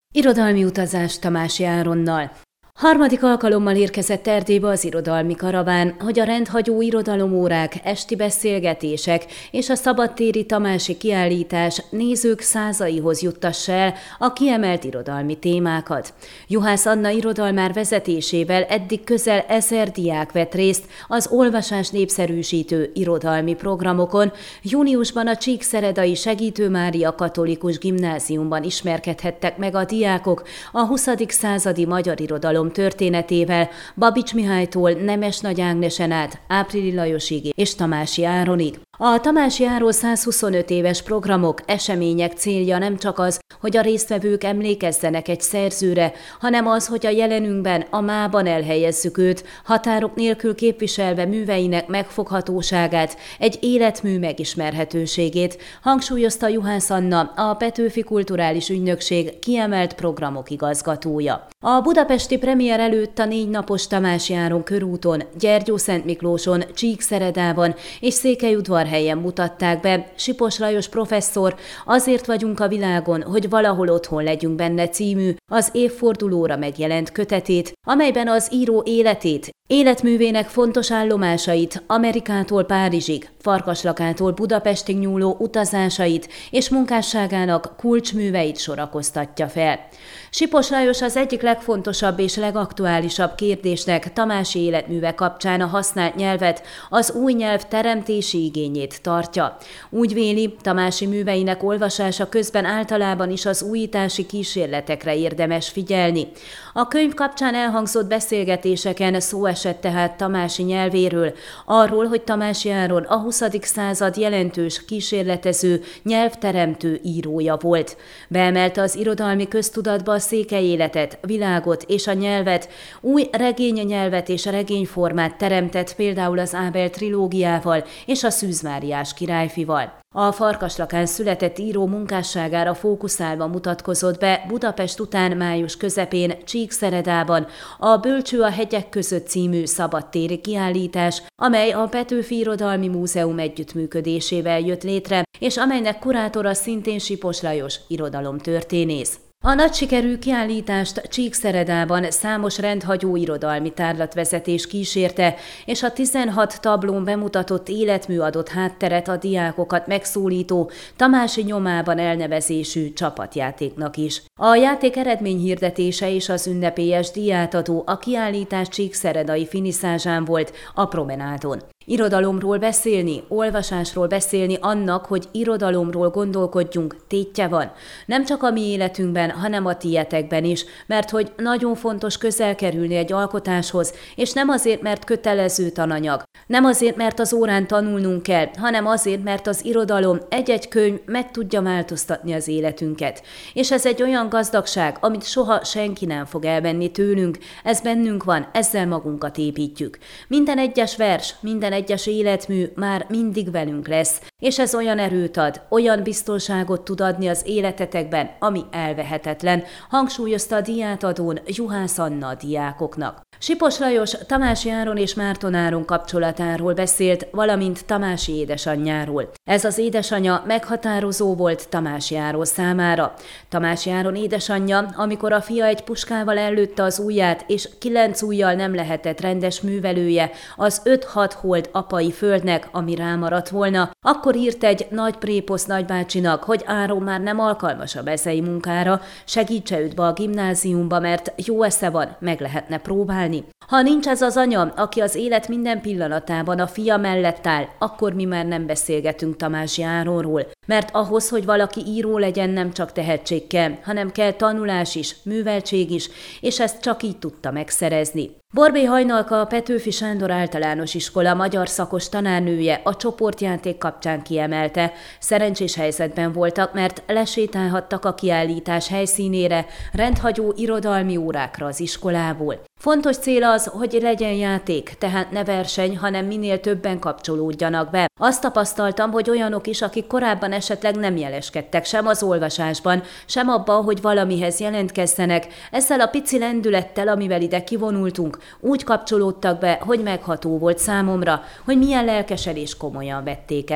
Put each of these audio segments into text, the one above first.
Irodalmi utazás Tamási Áronnal. Harmadik alkalommal érkezett Erdélybe az irodalmi karaván, hogy a rendhagyó irodalomórák, esti beszélgetések és a szabadtéri tamási kiállítás nézők százaihoz juttassa el a kiemelt irodalmi témákat. Juhász Anna irodalmár vezetésével eddig közel 1000 diák vett részt az olvasás népszerűsítő irodalmi programokon. Júniusban a Csíkszeredai Segítő Mária Katolikus Gimnáziumban ismerkedhettek meg a diákok a 20. századi magyar irodalom történetével, Babics Mihálytól Nemes Nagy Ágnesen át Áprili Lajosig és Tamási Áronig. A Tamási Áron 125 éves programok, események célja nem csak az, hogy a résztvevők emlékezzenek egy szerzőre, hanem az, hogy a jelenünkben, a mában elhelyezzük őt, határok nélkül képviselve műveinek megfoghatóságát, egy életmű megismerhetőségét, hangsúlyozta Juhász Anna, a Petőfi Kulturális Ügynökség kiemelt programok igazgatója. A budapesti premier előtt a 4 napos Tamási Áron körúton, Gyergyószentmiklóson, Csíkszeredában és Székelyudvarhelyen mutatták be Sipos Lajos professzor Azért vagyunk a világon, hogy valahol otthon legyünk benne című, az évfordulóra megjelent kötetét, amelyben az író életét, életművének fontos állomásait, Amerikától Párizsig, Farkaslakától Budapestig nyúló utazásait és munkásságának kulcsműveit sorakoztatja fel. Sipos Lajos az egyik legfontosabb és legaktuálisabb kérdésnek Tamási életműve kapcsán a használt nyelvet, az új nyelv teremtési igényét tartja. Úgy véli, Tamási műveinek olvasása közben általában is az újítási kísérletekre érdemes figyelni. A könyv kapcsán elhangzott beszélgetéseken szó esett tehát Tamási nyelvéről, arról, hogy Tamási Áron a 20. század jelentős kísérletező, nyelvteremtő írója volt. Beemelte az irodalmi köztudatba a székely életet, világot és a nyelvet, új regénynyelvet és regényformát teremtett például az Ábel trilógiával és a Szűz Máriás királyfival. A Farkaslakán született író munkásságára fókuszálva mutatkozott be Budapest után május közepén Csíkszeredában a Bölcső a hegyek között című szabadtéri kiállítás, amely a Petőfi Irodalmi Múzeum együttműködésével jött létre, és amelynek kurátora szintén Sipos Lajos irodalomtörténész. A nagy sikerű kiállítást Csíkszeredában számos rendhagyó irodalmi tárlatvezetés kísérte, és a 16 tablón bemutatott életmű adott hátteret a diákokat megszólító Tamási nyomában elnevezésű csapatjátéknak is. A játék eredményhirdetése és az ünnepélyes díjátadó a kiállítás csíkszeredai finiszázsán volt, a promenádon. Irodalomról beszélni, olvasásról beszélni annak, hogy irodalomról gondolkodjunk, tétje van. Nem csak a mi életünkben, hanem a tietekben is, mert hogy nagyon fontos közel kerülni egy alkotáshoz, és nem azért, mert kötelező tananyag, nem azért, mert az órán tanulnunk kell, hanem azért, mert az irodalom egy-egy könyv meg tudja változtatni az életünket. És ez egy olyan gazdagság, amit soha senki nem fog elvenni tőlünk, ez bennünk van, ezzel magunkat építjük. Minden egyes vers, minden egyes életmű már mindig velünk lesz, és ez olyan erőt ad, olyan biztonságot tud adni az életetekben, ami elvehetetlen, hangsúlyozta a díjátadón Juhász Anna a diákoknak. Sipos Lajos Tamási Áron és Márton Áron kapcsolatáról beszélt, valamint Tamási édesanyjáról. Ez az édesanyja meghatározó volt Tamási Áron számára. Tamási Áron édesanyja, amikor a fia egy puskával ellőtte az ujját, és 9 ujjal nem lehetett rendes művelője az 5-6 hold apai földnek, ami rámaradt volna, akkor írt egy nagy préposz nagybácsinak, hogy Áron már nem alkalmas a mezei munkára, segítse őt be a gimnáziumba, mert jó esze van, meg lehetne próbálni. Ha nincs ez az anya, aki az élet minden pillanatában a fia mellett áll, akkor mi már nem beszélgetünk Tamási Áronról, mert ahhoz, hogy valaki író legyen, nem csak tehetség kell, hanem kell tanulás is, műveltség is, és ezt csak így tudta megszerezni. Borbély Hajnalka, a Petőfi Sándor Általános Iskola magyar szakos tanárnője a csoportjáték kapcsán kiemelte, szerencsés helyzetben voltak, mert lesétálhattak a kiállítás helyszínére, rendhagyó irodalmi órákra az iskolából. Fontos cél az, hogy legyen játék, tehát ne verseny, hanem minél többen kapcsolódjanak be. Azt tapasztaltam, hogy olyanok is, akik korábban esetleg nem jeleskedtek sem az olvasásban, sem abban, hogy valamihez jelentkezzenek, ezzel a pici lendülettel, amivel ide kivonultunk, úgy kapcsolódtak be, hogy megható volt számomra, hogy milyen lelkesen és komolyan vették ezt.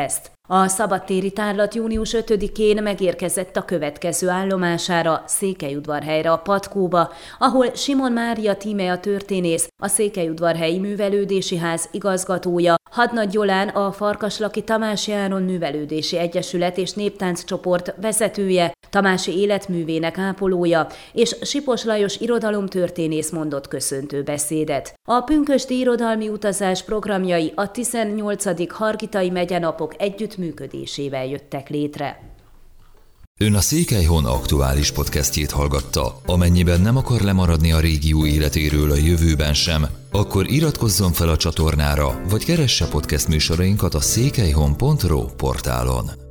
A szabadtéri tárlat június 5-én megérkezett a következő állomására, Székelyudvarhelyre, a Patkóba, ahol Simon Mária Tímea történész, a Székelyudvarhelyi Művelődési Ház igazgatója, Hadnagy Gyolán, a Farkaslaki Tamási Áron Művelődési Egyesület és Néptánccsoport vezetője, Tamási életművének ápolója, és Sipos Lajos irodalomtörténész mondott köszöntő beszédet. A pünkösdi irodalmi utazás programjai a 18. Hargitai megyenapok együttműködésével jöttek létre. Ön a Székelyhon aktuális podcastjét hallgatta. Amennyiben nem akar lemaradni a régió életéről a jövőben sem, akkor iratkozzon fel a csatornára, vagy keresse podcast műsorainkat a székelyhon.ro portálon.